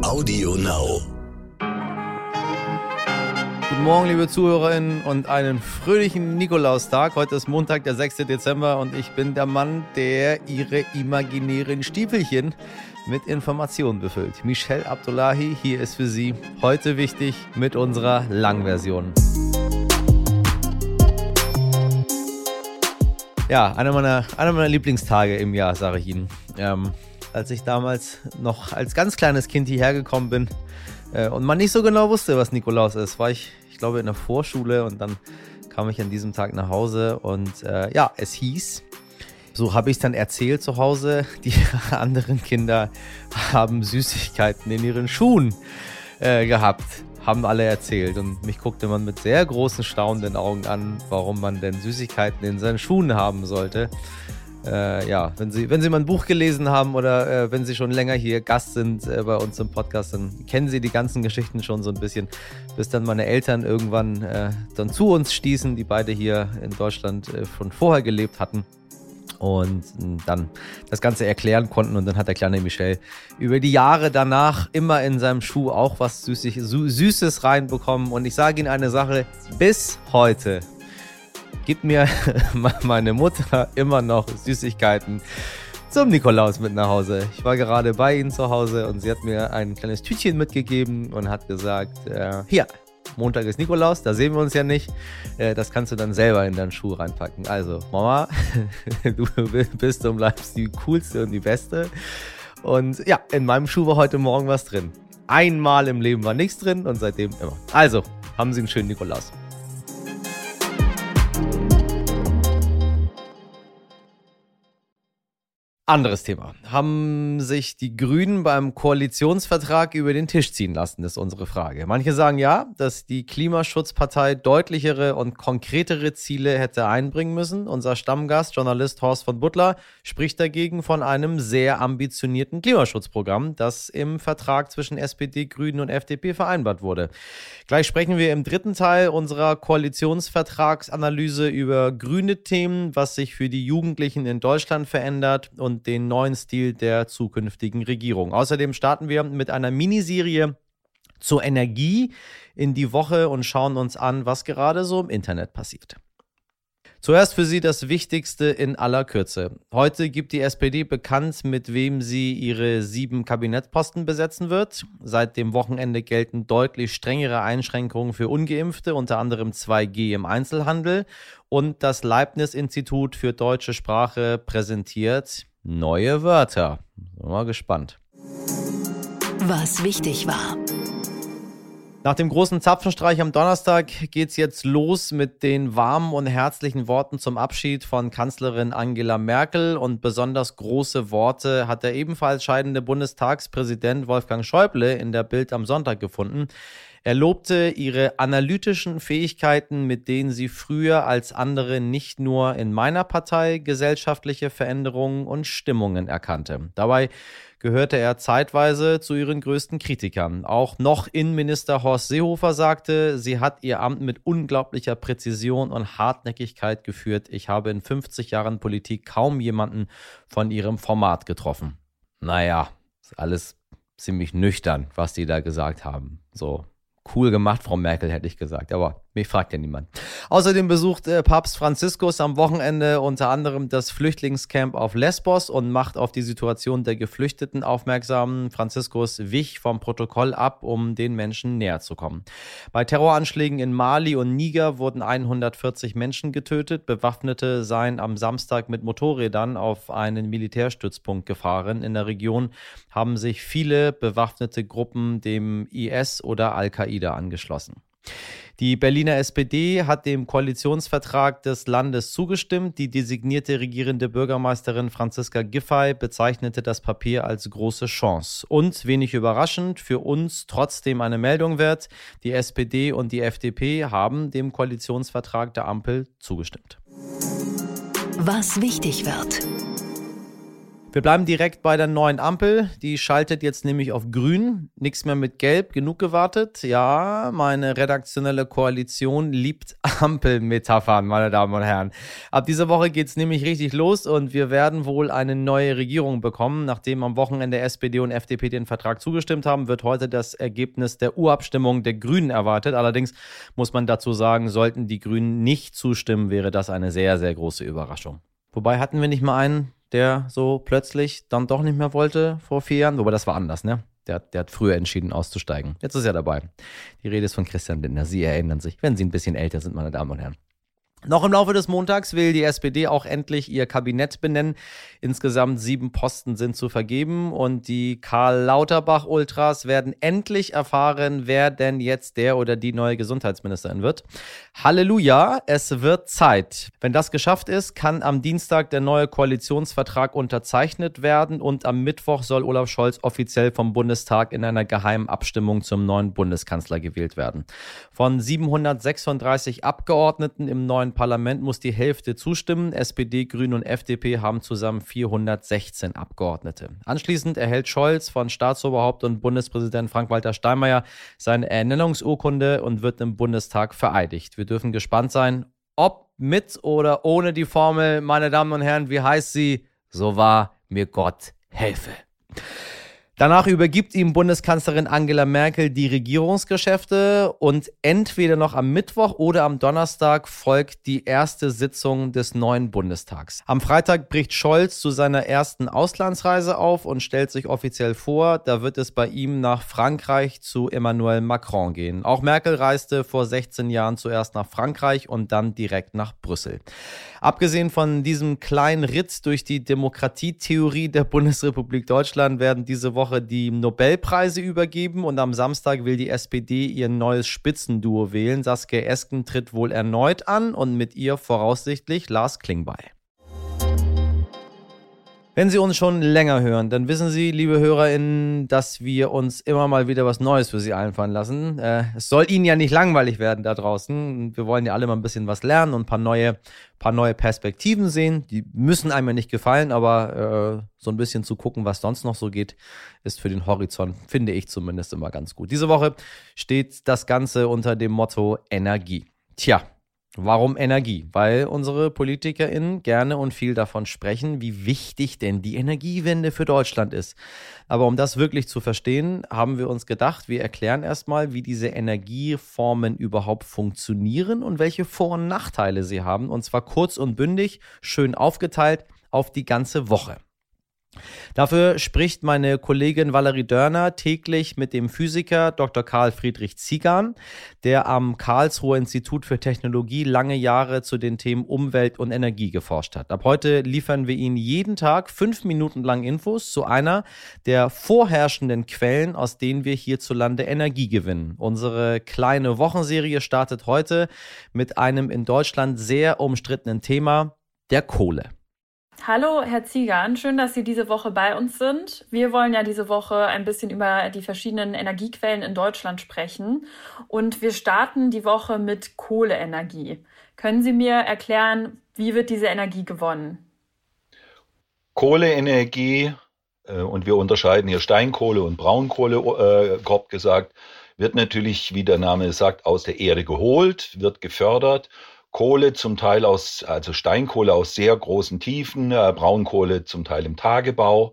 Audio Now. Guten Morgen, liebe ZuhörerInnen, und einen fröhlichen Nikolaustag. Heute ist Montag, der 6. Dezember, und ich bin der Mann, der Ihre imaginären Stiefelchen mit Informationen befüllt. Michelle Abdullahi, hier ist für Sie heute wichtig mit unserer Langversion. Ja, einer meiner Lieblingstage im Jahr, sage ich Ihnen. Als ich damals noch als ganz kleines Kind hierher gekommen bin und man nicht so genau wusste, was Nikolaus ist, war ich glaube, in der Vorschule, und dann kam ich an diesem Tag nach Hause und es hieß, so habe ich es dann erzählt zu Hause, die anderen Kinder haben Süßigkeiten in ihren Schuhen gehabt. Haben alle erzählt, und mich guckte man mit sehr großen, staunenden Augen an, warum man denn Süßigkeiten in seinen Schuhen haben sollte. Wenn Sie mal ein Buch gelesen haben oder wenn Sie schon länger hier Gast sind bei uns im Podcast, dann kennen Sie die ganzen Geschichten schon so ein bisschen, bis dann meine Eltern irgendwann dann zu uns stießen, die beide hier in Deutschland schon vorher gelebt hatten. Und dann das Ganze erklären konnten, und dann hat der kleine Michel über die Jahre danach immer in seinem Schuh auch was Süßes reinbekommen. Und ich sage Ihnen eine Sache, bis heute gibt mir meine Mutter immer noch Süßigkeiten zum Nikolaus mit nach Hause. Ich war gerade bei Ihnen zu Hause und sie hat mir ein kleines Tütchen mitgegeben und hat gesagt, hier, Montag ist Nikolaus, da sehen wir uns ja nicht. Das kannst du dann selber in deinen Schuh reinpacken. Also, Mama, du bist und bleibst die coolste und die beste. Und ja, in meinem Schuh war heute Morgen was drin. Einmal im Leben war nichts drin und seitdem immer. Also, haben Sie einen schönen Nikolaus. Anderes Thema. Haben sich die Grünen beim Koalitionsvertrag über den Tisch ziehen lassen, ist unsere Frage. Manche sagen ja, dass die Klimaschutzpartei deutlichere und konkretere Ziele hätte einbringen müssen. Unser Stammgast, Journalist Horst von Butler, spricht dagegen von einem sehr ambitionierten Klimaschutzprogramm, das im Vertrag zwischen SPD, Grünen und FDP vereinbart wurde. Gleich sprechen wir im dritten Teil unserer Koalitionsvertragsanalyse über grüne Themen, was sich für die Jugendlichen in Deutschland verändert und den neuen Stil der zukünftigen Regierung. Außerdem starten wir mit einer Miniserie zur Energie in die Woche und schauen uns an, was gerade so im Internet passiert. Zuerst für Sie das Wichtigste in aller Kürze. Heute gibt die SPD bekannt, mit wem sie ihre 7 Kabinettsposten besetzen wird. Seit dem Wochenende gelten deutlich strengere Einschränkungen für Ungeimpfte, unter anderem 2G im Einzelhandel. Und das Leibniz-Institut für deutsche Sprache präsentiert neue Wörter. Sind wir mal gespannt. Was wichtig war. Nach dem großen Zapfenstreich am Donnerstag geht's jetzt los mit den warmen und herzlichen Worten zum Abschied von Kanzlerin Angela Merkel. Und besonders große Worte hat der ebenfalls scheidende Bundestagspräsident Wolfgang Schäuble in der Bild am Sonntag gefunden. Er lobte ihre analytischen Fähigkeiten, mit denen sie früher als andere nicht nur in meiner Partei gesellschaftliche Veränderungen und Stimmungen erkannte. Dabei gehörte er zeitweise zu ihren größten Kritikern. Auch noch Innenminister Horst Seehofer sagte, sie hat ihr Amt mit unglaublicher Präzision und Hartnäckigkeit geführt. Ich habe in 50 Jahren Politik kaum jemanden von ihrem Format getroffen. Naja, ist alles ziemlich nüchtern, was die da gesagt haben. So. Cool gemacht, Frau Merkel, hätte ich gesagt, aber mich fragt ja niemand. Außerdem besucht Papst Franziskus am Wochenende unter anderem das Flüchtlingscamp auf Lesbos und macht auf die Situation der Geflüchteten aufmerksam. Franziskus wich vom Protokoll ab, um den Menschen näher zu kommen. Bei Terroranschlägen in Mali und Niger wurden 140 Menschen getötet. Bewaffnete seien am Samstag mit Motorrädern auf einen Militärstützpunkt gefahren. In der Region haben sich viele bewaffnete Gruppen dem IS oder Al-Qaida angeschlossen. Die Berliner SPD hat dem Koalitionsvertrag des Landes zugestimmt. Die designierte regierende Bürgermeisterin Franziska Giffey bezeichnete das Papier als große Chance. Und, wenig überraschend, für uns trotzdem eine Meldung wert, die SPD und die FDP haben dem Koalitionsvertrag der Ampel zugestimmt. Was wichtig wird. Wir bleiben direkt bei der neuen Ampel. Die schaltet jetzt nämlich auf grün. Nichts mehr mit gelb. Genug gewartet. Ja, meine redaktionelle Koalition liebt Ampelmetaphern, meine Damen und Herren. Ab dieser Woche geht es nämlich richtig los und wir werden wohl eine neue Regierung bekommen. Nachdem am Wochenende SPD und FDP den Vertrag zugestimmt haben, wird heute das Ergebnis der Urabstimmung der Grünen erwartet. Allerdings muss man dazu sagen, sollten die Grünen nicht zustimmen, wäre das eine sehr, sehr große Überraschung. Wobei hatten wir nicht mal einen, der so plötzlich dann doch nicht mehr wollte vor 4 Jahren. Wobei das war anders, ne? Der hat früher entschieden auszusteigen. Jetzt ist er dabei. Die Rede ist von Christian Lindner. Sie erinnern sich, wenn Sie ein bisschen älter sind, meine Damen und Herren. Noch im Laufe des Montags will die SPD auch endlich ihr Kabinett benennen. Insgesamt 7 Posten sind zu vergeben und die Karl-Lauterbach-Ultras werden endlich erfahren, wer denn jetzt der oder die neue Gesundheitsministerin wird. Halleluja, es wird Zeit. Wenn das geschafft ist, kann am Dienstag der neue Koalitionsvertrag unterzeichnet werden und am Mittwoch soll Olaf Scholz offiziell vom Bundestag in einer geheimen Abstimmung zum neuen Bundeskanzler gewählt werden. Von 736 Abgeordneten im neuen Parlament muss die Hälfte zustimmen. SPD, Grüne und FDP haben zusammen 416 Abgeordnete. Anschließend erhält Scholz von Staatsoberhaupt und Bundespräsident Frank-Walter Steinmeier seine Ernennungsurkunde und wird im Bundestag vereidigt. Wir dürfen gespannt sein, ob mit oder ohne die Formel, meine Damen und Herren, wie heißt sie? So wahr mir Gott helfe. Danach übergibt ihm Bundeskanzlerin Angela Merkel die Regierungsgeschäfte und entweder noch am Mittwoch oder am Donnerstag folgt die erste Sitzung des neuen Bundestags. Am Freitag bricht Scholz zu seiner ersten Auslandsreise auf und stellt sich offiziell vor. Da wird es bei ihm nach Frankreich zu Emmanuel Macron gehen. Auch Merkel reiste vor 16 Jahren zuerst nach Frankreich und dann direkt nach Brüssel. Abgesehen von diesem kleinen Ritt durch die Demokratietheorie der Bundesrepublik Deutschland werden diese Woche die Nobelpreise übergeben und am Samstag will die SPD ihr neues Spitzenduo wählen. Saskia Esken tritt wohl erneut an und mit ihr voraussichtlich Lars Klingbeil. Wenn Sie uns schon länger hören, dann wissen Sie, liebe HörerInnen, dass wir uns immer mal wieder was Neues für Sie einfallen lassen. Es soll Ihnen ja nicht langweilig werden da draußen. Wir wollen ja alle mal ein bisschen was lernen und ein paar neue Perspektiven sehen. Die müssen einem ja nicht gefallen, aber so ein bisschen zu gucken, was sonst noch so geht, ist für den Horizont, finde ich zumindest, immer ganz gut. Diese Woche steht das Ganze unter dem Motto Energie. Tja. Warum Energie? Weil unsere PolitikerInnen gerne und viel davon sprechen, wie wichtig denn die Energiewende für Deutschland ist. Aber um das wirklich zu verstehen, haben wir uns gedacht, wir erklären erstmal, wie diese Energieformen überhaupt funktionieren und welche Vor- und Nachteile sie haben. Und zwar kurz und bündig, schön aufgeteilt auf die ganze Woche. Dafür spricht meine Kollegin Valerie Dörner täglich mit dem Physiker Dr. Karl Friedrich Ziegan, der am Karlsruher Institut für Technologie lange Jahre zu den Themen Umwelt und Energie geforscht hat. Ab heute liefern wir Ihnen jeden Tag 5 Minuten lang Infos zu einer der vorherrschenden Quellen, aus denen wir hierzulande Energie gewinnen. Unsere kleine Wochenserie startet heute mit einem in Deutschland sehr umstrittenen Thema, der Kohle. Hallo, Herr Ziegan, schön, dass Sie diese Woche bei uns sind. Wir wollen ja diese Woche ein bisschen über die verschiedenen Energiequellen in Deutschland sprechen und wir starten die Woche mit Kohleenergie. Können Sie mir erklären, wie wird diese Energie gewonnen? Kohleenergie, und wir unterscheiden hier Steinkohle und Braunkohle, grob gesagt, wird natürlich, wie der Name sagt, aus der Erde geholt, wird gefördert. Kohle zum Teil also Steinkohle aus sehr großen Tiefen, Braunkohle zum Teil im Tagebau.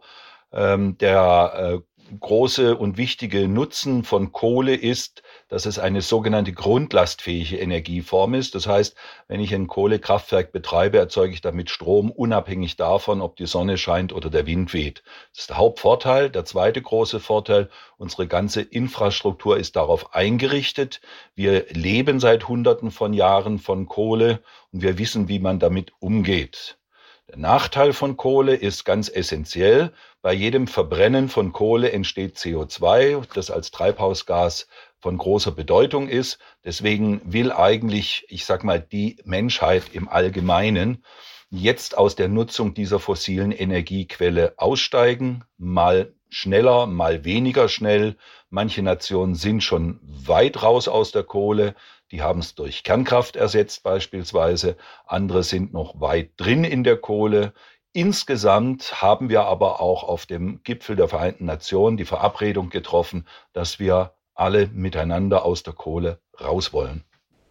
Der große und wichtige Nutzen von Kohle ist, dass es eine sogenannte grundlastfähige Energieform ist. Das heißt, wenn ich ein Kohlekraftwerk betreibe, erzeuge ich damit Strom, unabhängig davon, ob die Sonne scheint oder der Wind weht. Das ist der Hauptvorteil. Der zweite große Vorteil, unsere ganze Infrastruktur ist darauf eingerichtet. Wir leben seit Hunderten von Jahren von Kohle und wir wissen, wie man damit umgeht. Der Nachteil von Kohle ist ganz essentiell. Bei jedem Verbrennen von Kohle entsteht CO2, das als Treibhausgas von großer Bedeutung ist. Deswegen will eigentlich, die Menschheit im Allgemeinen jetzt aus der Nutzung dieser fossilen Energiequelle aussteigen. Mal schneller, mal weniger schnell. Manche Nationen sind schon weit raus aus der Kohle. Die haben es durch Kernkraft ersetzt beispielsweise. Andere sind noch weit drin in der Kohle. Insgesamt haben wir aber auch auf dem Gipfel der Vereinten Nationen die Verabredung getroffen, dass wir alle miteinander aus der Kohle raus wollen.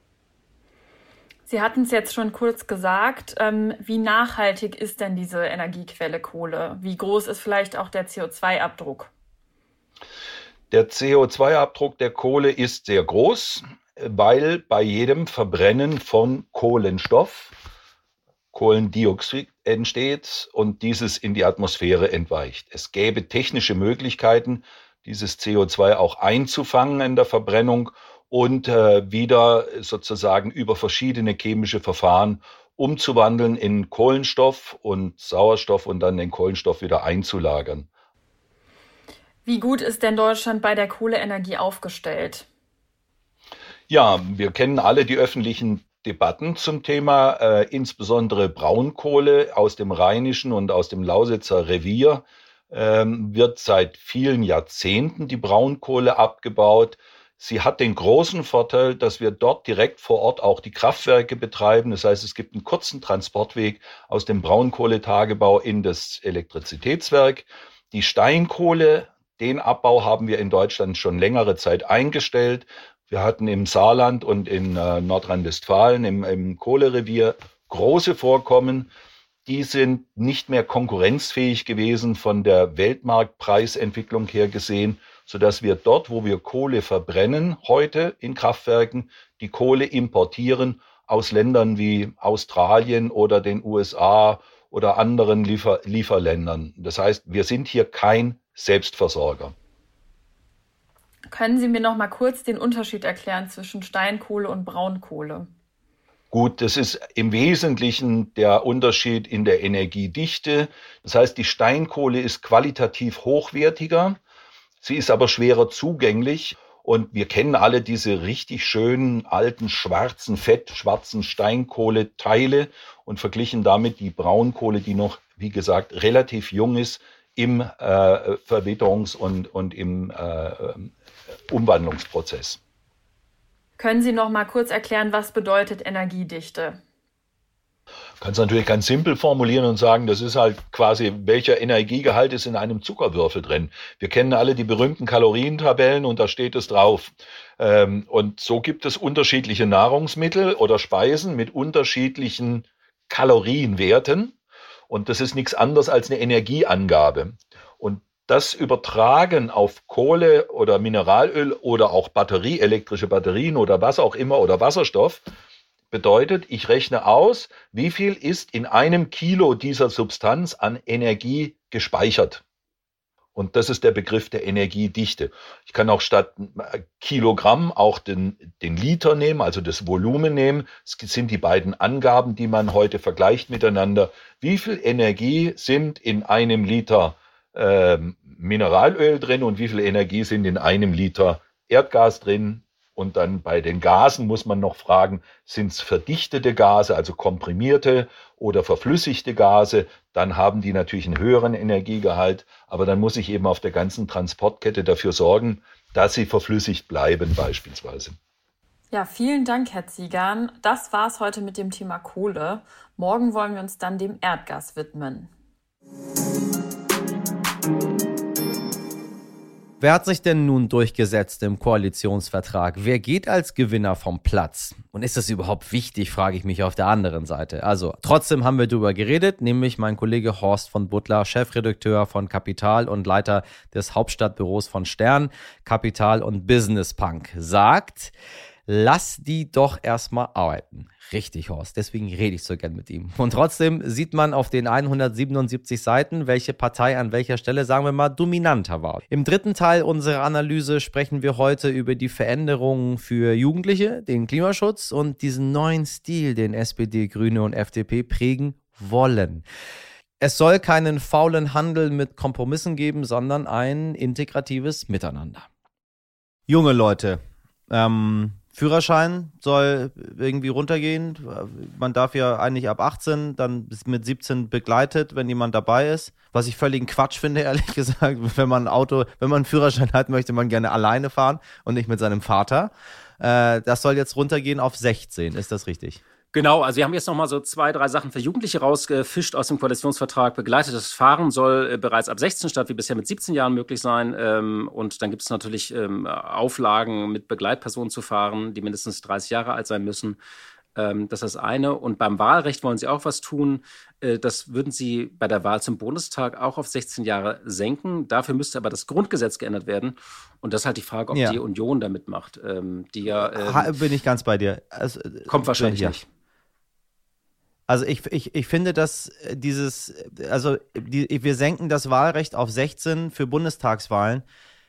Sie hatten es jetzt schon kurz gesagt. Wie nachhaltig ist denn diese Energiequelle Kohle? Wie groß ist vielleicht auch der CO2-Abdruck? Der CO2-Abdruck der Kohle ist sehr groß, weil bei jedem Verbrennen von Kohlenstoff Kohlendioxid entsteht und dieses in die Atmosphäre entweicht. Es gäbe technische Möglichkeiten, dieses CO2 auch einzufangen in der Verbrennung und wieder sozusagen über verschiedene chemische Verfahren umzuwandeln in Kohlenstoff und Sauerstoff und dann den Kohlenstoff wieder einzulagern. Wie gut ist denn Deutschland bei der Kohleenergie aufgestellt? Ja, wir kennen alle die öffentlichen Debatten zum Thema, insbesondere Braunkohle aus dem Rheinischen und aus dem Lausitzer Revier wird seit vielen Jahrzehnten die Braunkohle abgebaut. Sie hat den großen Vorteil, dass wir dort direkt vor Ort auch die Kraftwerke betreiben. Das heißt, es gibt einen kurzen Transportweg aus dem Braunkohletagebau in das Elektrizitätswerk. Die Steinkohle, den Abbau haben wir in Deutschland schon längere Zeit eingestellt. Wir hatten im Saarland und in Nordrhein-Westfalen im Kohlerevier große Vorkommen. Die sind nicht mehr konkurrenzfähig gewesen von der Weltmarktpreisentwicklung her gesehen, sodass wir dort, wo wir Kohle verbrennen, heute in Kraftwerken, die Kohle importieren aus Ländern wie Australien oder den USA oder anderen Lieferländern. Das heißt, wir sind hier kein Selbstversorger. Können Sie mir noch mal kurz den Unterschied erklären zwischen Steinkohle und Braunkohle? Gut, das ist im Wesentlichen der Unterschied in der Energiedichte. Das heißt, die Steinkohle ist qualitativ hochwertiger, sie ist aber schwerer zugänglich. Und wir kennen alle diese richtig schönen, alten, schwarzen Steinkohleteile und verglichen damit die Braunkohle, die noch, wie gesagt, relativ jung ist im Verwitterungs- und im Umwandlungsprozess. Können Sie noch mal kurz erklären, was bedeutet Energiedichte? Kannst du natürlich ganz simpel formulieren und sagen, das ist halt quasi, welcher Energiegehalt ist in einem Zuckerwürfel drin. Wir kennen alle die berühmten Kalorientabellen und da steht es drauf. Und so gibt es unterschiedliche Nahrungsmittel oder Speisen mit unterschiedlichen Kalorienwerten. Und das ist nichts anderes als eine Energieangabe. Und das Übertragen auf Kohle oder Mineralöl oder auch elektrische Batterien oder was auch immer oder Wasserstoff bedeutet, ich rechne aus, wie viel ist in einem Kilo dieser Substanz an Energie gespeichert. Und das ist der Begriff der Energiedichte. Ich kann auch statt Kilogramm auch den Liter nehmen, also das Volumen nehmen. Es sind die beiden Angaben, die man heute vergleicht miteinander. Wie viel Energie sind in einem Liter Mineralöl drin und wie viel Energie sind in einem Liter Erdgas drin? Und dann bei den Gasen muss man noch fragen, sind es verdichtete Gase, also komprimierte oder verflüssigte Gase? Dann haben die natürlich einen höheren Energiegehalt. Aber dann muss ich eben auf der ganzen Transportkette dafür sorgen, dass sie verflüssigt bleiben beispielsweise. Ja, vielen Dank, Herr Ziegan. Das war's heute mit dem Thema Kohle. Morgen wollen wir uns dann dem Erdgas widmen. Wer hat sich denn nun durchgesetzt im Koalitionsvertrag? Wer geht als Gewinner vom Platz? Und ist das überhaupt wichtig, frage ich mich auf der anderen Seite. Also, trotzdem haben wir darüber geredet, nämlich mein Kollege Horst von Butler, Chefredakteur von Kapital und Leiter des Hauptstadtbüros von Stern, Kapital und Business Punk, sagt: Lass die doch erstmal arbeiten. Richtig, Horst, deswegen rede ich so gern mit ihm. Und trotzdem sieht man auf den 177 Seiten, welche Partei an welcher Stelle, sagen wir mal, dominanter war. Im dritten Teil unserer Analyse sprechen wir heute über die Veränderungen für Jugendliche, den Klimaschutz und diesen neuen Stil, den SPD, Grüne und FDP prägen wollen. Es soll keinen faulen Handel mit Kompromissen geben, sondern ein integratives Miteinander. Junge Leute, Führerschein soll irgendwie runtergehen. Man darf ja eigentlich ab 18, dann mit 17 begleitet, wenn jemand dabei ist. Was ich völligen Quatsch finde, ehrlich gesagt. Wenn man einen Führerschein hat, möchte man gerne alleine fahren und nicht mit seinem Vater. Das soll jetzt runtergehen auf 16. Ist das richtig? Genau, also wir haben jetzt noch mal so 2, 3 Sachen für Jugendliche rausgefischt aus dem Koalitionsvertrag. Begleitetes Fahren soll bereits ab 16 statt wie bisher mit 17 Jahren möglich sein. Und dann gibt es natürlich Auflagen, mit Begleitpersonen zu fahren, die mindestens 30 Jahre alt sein müssen. Das ist das eine. Und beim Wahlrecht wollen sie auch was tun. Das würden sie bei der Wahl zum Bundestag auch auf 16 Jahre senken. Dafür müsste aber das Grundgesetz geändert werden. Und das ist halt die Frage, ob die Union da mitmacht. Die bin ich ganz bei dir. Also, kommt wahrscheinlich nicht. Also ich finde, dass wir senken das Wahlrecht auf 16 für Bundestagswahlen,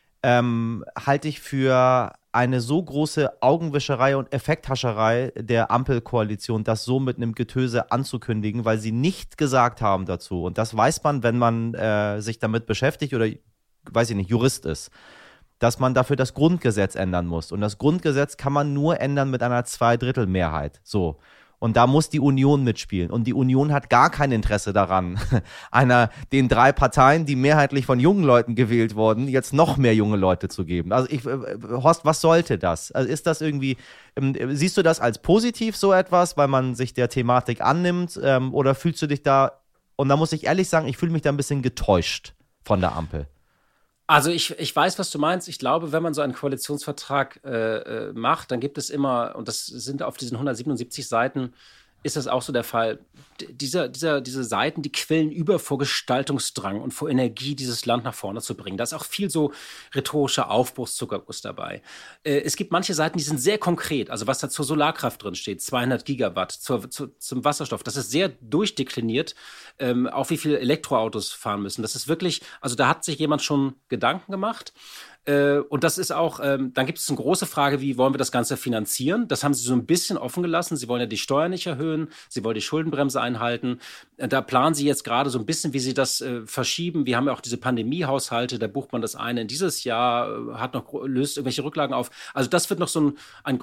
halte ich für eine so große Augenwischerei und Effekthascherei der Ampelkoalition, das so mit einem Getöse anzukündigen, weil sie nicht gesagt haben dazu. Und das weiß man, wenn man sich damit beschäftigt oder, weiß ich nicht, Jurist ist, dass man dafür das Grundgesetz ändern muss. Und das Grundgesetz kann man nur ändern mit einer Zweidrittelmehrheit. So. Und da muss die Union mitspielen. Und die Union hat gar kein Interesse daran, den 3 Parteien, die mehrheitlich von jungen Leuten gewählt wurden, jetzt noch mehr junge Leute zu geben. Also Horst, was sollte das? Also ist das irgendwie, siehst du das als positiv so etwas, weil man sich der Thematik annimmt? Oder fühlst du dich da, und da muss ich ehrlich sagen, ich fühle mich da ein bisschen getäuscht von der Ampel. Also ich weiß, was du meinst. Ich glaube, wenn man so einen Koalitionsvertrag macht, dann gibt es immer, und das sind auf diesen 177 Seiten, ist das auch so der Fall. Diese Seiten, die quellen über vor Gestaltungsdrang und vor Energie, dieses Land nach vorne zu bringen. Da ist auch viel so rhetorischer Aufbruchszuckerguss dabei. Es gibt manche Seiten, die sind sehr konkret. Also was da zur Solarkraft drin steht, 200 Gigawatt, zum Wasserstoff. Das ist sehr durchdekliniert, auch wie viele Elektroautos fahren müssen. Das ist wirklich, also da hat sich jemand schon Gedanken gemacht. Und das ist auch, dann gibt es eine große Frage, wie wollen wir das Ganze finanzieren? Das haben sie so ein bisschen offen gelassen. Sie wollen ja die Steuern nicht erhöhen, sie wollen die Schuldenbremse einhalten. Da planen sie jetzt gerade so ein bisschen, wie sie das verschieben. Wir haben ja auch diese Pandemiehaushalte, da bucht man das eine in dieses Jahr, löst irgendwelche Rücklagen auf. Also das wird noch so eine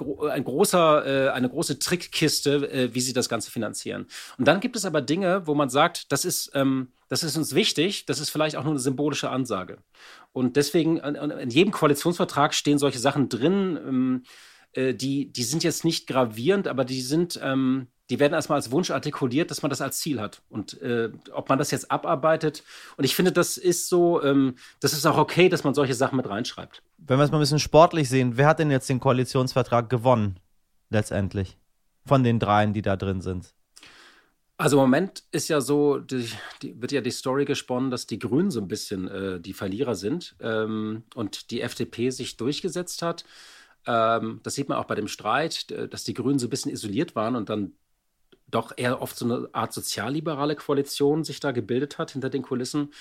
große Trickkiste, wie sie das Ganze finanzieren. Und dann gibt es aber Dinge, wo man sagt, das ist uns wichtig, das ist vielleicht auch nur eine symbolische Ansage. Und deswegen, in jedem Koalitionsvertrag stehen solche Sachen drin, die sind jetzt nicht gravierend, aber die werden erstmal als Wunsch artikuliert, dass man das als Ziel hat. Und ob man das jetzt abarbeitet, und ich finde, das ist so, das ist auch okay, dass man solche Sachen mit reinschreibt. Wenn wir es mal ein bisschen sportlich sehen, wer hat denn jetzt den Koalitionsvertrag gewonnen, letztendlich? Von den 3, die da drin sind? Also im Moment ist ja so, wird ja die Story gesponnen, dass die Grünen so ein bisschen die Verlierer sind und die FDP sich durchgesetzt hat. Das sieht man auch bei dem Streit, dass die Grünen so ein bisschen isoliert waren und dann doch eher oft so eine Art sozialliberale Koalition sich da gebildet hat hinter den Kulissen.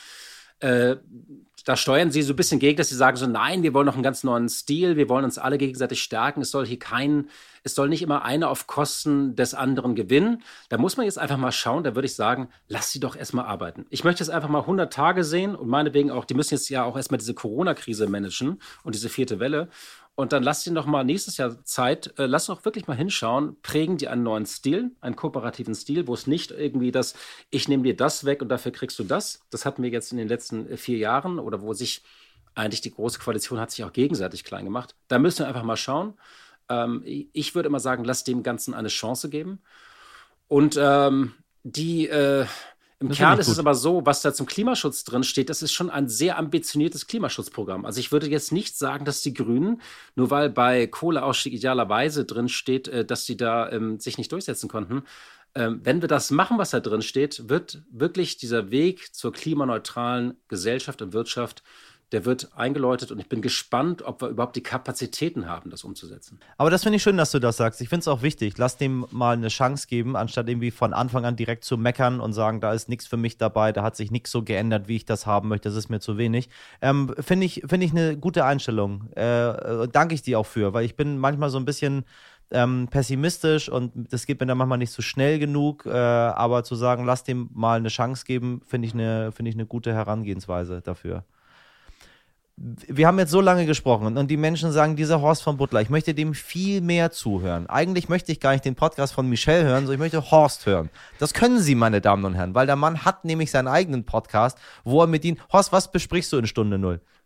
Da steuern sie so ein bisschen gegen, dass sie sagen so, nein, wir wollen noch einen ganz neuen Stil, wir wollen uns alle gegenseitig stärken, es soll nicht immer einer auf Kosten des anderen gewinnen. Da muss man jetzt einfach mal schauen, da würde ich sagen, lass sie doch erstmal arbeiten. Ich möchte jetzt einfach mal 100 Tage sehen und meinetwegen auch, die müssen jetzt ja auch erstmal diese Corona-Krise managen und diese 4. Welle. Und dann lasst ihnen doch mal nächstes Jahr Zeit, lasst doch wirklich mal hinschauen, prägen die einen neuen Stil, einen kooperativen Stil, wo es nicht irgendwie ich nehme dir das weg und dafür kriegst du das. Das hatten wir jetzt in den letzten 4 Jahren oder wo sich eigentlich die Große Koalition hat sich auch gegenseitig klein gemacht. Da müssen wir einfach mal schauen. Ich würde immer sagen, lasst dem Ganzen eine Chance geben. Und im Kern ist es aber so, was da zum Klimaschutz drin steht, das ist schon ein sehr ambitioniertes Klimaschutzprogramm. Also ich würde jetzt nicht sagen, dass die Grünen, nur weil bei Kohleausstieg idealerweise drin steht, dass sie da sich nicht durchsetzen konnten. Wenn wir das machen, was da drin steht, wird wirklich dieser Weg zur klimaneutralen Gesellschaft und Wirtschaft, der wird eingeläutet und ich bin gespannt, ob wir überhaupt die Kapazitäten haben, das umzusetzen. Aber das finde ich schön, dass du das sagst. Ich finde es auch wichtig. Lass dem mal eine Chance geben, anstatt irgendwie von Anfang an direkt zu meckern und sagen, da ist nichts für mich dabei, da hat sich nichts so geändert, wie ich das haben möchte, das ist mir zu wenig. Finde ich eine gute Einstellung. Danke ich dir auch für, weil ich bin manchmal so ein bisschen pessimistisch und das geht mir dann manchmal nicht so schnell genug, aber zu sagen, lass dem mal eine Chance geben, finde ich eine gute Herangehensweise dafür. Wir haben jetzt so lange gesprochen und die Menschen sagen, dieser Horst von Butler, ich möchte dem viel mehr zuhören. Eigentlich möchte ich gar nicht den Podcast von Michelle hören, sondern ich möchte Horst hören. Das können Sie, meine Damen und Herren, weil der Mann hat nämlich seinen eigenen Podcast, wo er mit Ihnen, Horst, was besprichst du in Stunde 0?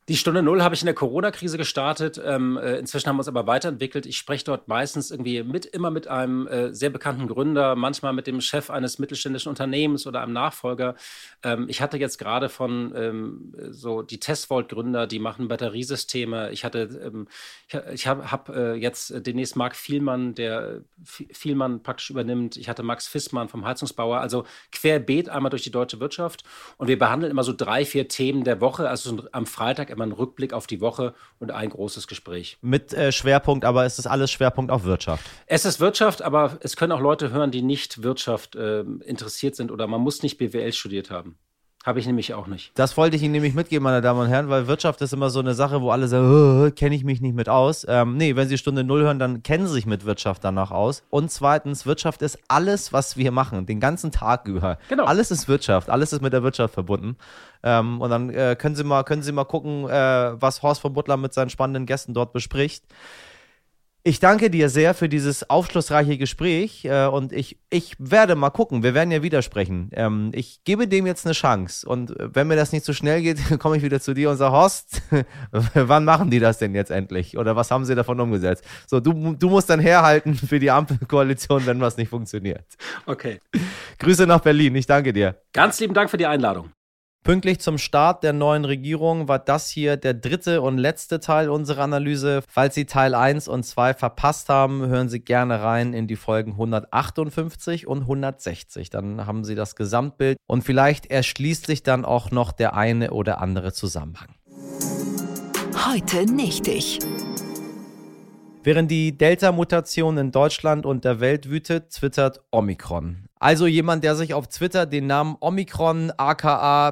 Die Stunde Null habe ich in der Corona-Krise gestartet. Inzwischen haben wir uns aber weiterentwickelt. Ich spreche dort meistens irgendwie immer mit einem sehr bekannten Gründer, manchmal mit dem Chef eines mittelständischen Unternehmens oder einem Nachfolger. Ich hatte jetzt gerade von so die Testvolt-Gründer, die machen Batteriesysteme. Ich habe jetzt demnächst Marc Vielmann, der Vielmann praktisch übernimmt. Ich hatte Max Fissmann vom Heizungsbauer. Also querbeet einmal durch die deutsche Wirtschaft. Und wir behandeln immer so 3-4 Themen der Woche. Also so am Freitag immer einen Rückblick auf die Woche und ein großes Gespräch. Mit Schwerpunkt, aber ist das alles Schwerpunkt auf Wirtschaft? Es ist Wirtschaft, aber es können auch Leute hören, die nicht Wirtschaft interessiert sind oder man muss nicht BWL studiert haben. Habe ich nämlich auch nicht. Das wollte ich Ihnen nämlich mitgeben, meine Damen und Herren, weil Wirtschaft ist immer so eine Sache, wo alle sagen, kenne ich mich nicht mit aus. Nee, wenn Sie Stunde Null hören, dann kennen Sie sich mit Wirtschaft danach aus. Und zweitens, Wirtschaft ist alles, was wir machen, den ganzen Tag über. Genau. Alles ist Wirtschaft, alles ist mit der Wirtschaft verbunden. Und dann können Sie mal gucken, was Horst von Butler mit seinen spannenden Gästen dort bespricht. Ich danke dir sehr für dieses aufschlussreiche Gespräch und ich werde mal gucken, wir werden ja wieder sprechen. Ich gebe dem jetzt eine Chance und wenn mir das nicht so schnell geht, komme ich wieder zu dir und sage, Horst, wann machen die das denn jetzt endlich? Oder was haben sie davon umgesetzt? So, du musst dann herhalten für die Ampelkoalition, wenn was nicht funktioniert. Okay. Grüße nach Berlin, ich danke dir. Ganz lieben Dank für die Einladung. Pünktlich zum Start der neuen Regierung war das hier der dritte und letzte Teil unserer Analyse. Falls Sie Teil 1 und 2 verpasst haben, hören Sie gerne rein in die Folgen 158 und 160. Dann haben Sie das Gesamtbild und vielleicht erschließt sich dann auch noch der eine oder andere Zusammenhang. Heute nichtig. Während die Delta-Mutation in Deutschland und der Welt wütet, twittert Omikron. Also jemand, der sich auf Twitter den Namen Omikron aka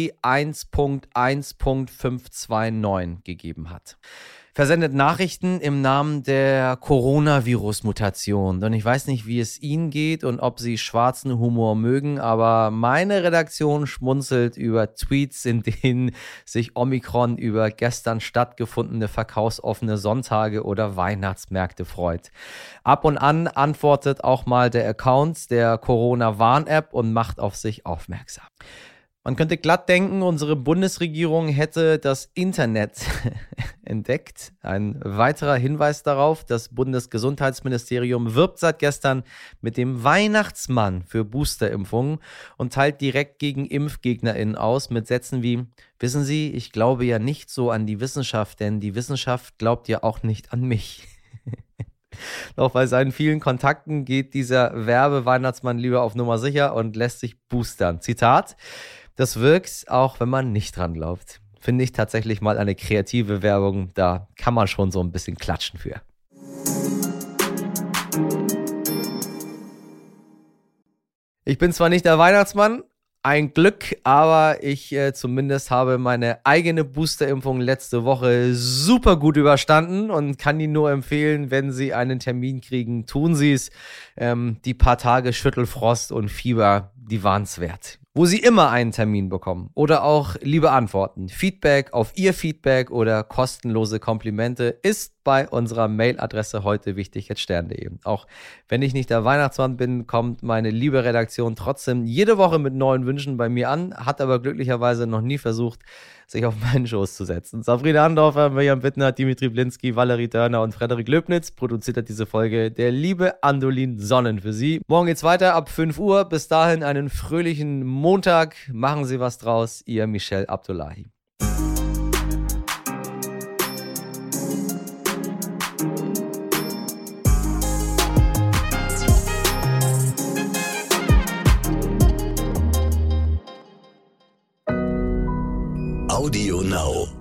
B1.1.529 gegeben hat. Versendet Nachrichten im Namen der Coronavirus-Mutation. Und ich weiß nicht, wie es Ihnen geht und ob Sie schwarzen Humor mögen, aber meine Redaktion schmunzelt über Tweets, in denen sich Omikron über gestern stattgefundene verkaufsoffene Sonntage oder Weihnachtsmärkte freut. Ab und an antwortet auch mal der Account der Corona-Warn-App und macht auf sich aufmerksam. Man könnte glatt denken, unsere Bundesregierung hätte das Internet entdeckt. Ein weiterer Hinweis darauf, das Bundesgesundheitsministerium wirbt seit gestern mit dem Weihnachtsmann für Boosterimpfungen und teilt direkt gegen ImpfgegnerInnen aus mit Sätzen wie: Wissen Sie, ich glaube ja nicht so an die Wissenschaft, denn die Wissenschaft glaubt ja auch nicht an mich. Doch bei seinen vielen Kontakten geht dieser Werbe-Weihnachtsmann lieber auf Nummer sicher und lässt sich boostern. Zitat: Das wirkt, auch wenn man nicht dran glaubt. Finde ich tatsächlich mal eine kreative Werbung, da kann man schon so ein bisschen klatschen für. Ich bin zwar nicht der Weihnachtsmann, ein Glück, aber ich zumindest habe meine eigene Boosterimpfung letzte Woche super gut überstanden und kann Ihnen nur empfehlen, wenn Sie einen Termin kriegen, tun Sie es. Die paar Tage Schüttelfrost und Fieber, die waren es wert. Wo Sie immer einen Termin bekommen oder auch liebe Antworten, Feedback auf Ihr Feedback oder kostenlose Komplimente ist bei unserer Mailadresse heute wichtig@stern.de. Auch wenn ich nicht der Weihnachtsmann bin, kommt meine liebe Redaktion trotzdem jede Woche mit neuen Wünschen bei mir an, hat aber glücklicherweise noch nie versucht, sich auf meinen Schoß zu setzen. Sabrina Andorfer, Mirjam Bittner, Dimitri Blinski, Valerie Dörner und Frederik Löbnitz produziert hat diese Folge der liebe Andolin Sonnen für Sie. Morgen geht's weiter ab 5 Uhr. Bis dahin einen fröhlichen Montag. Machen Sie was draus. Ihr Michel Abdullahi. Audio Now.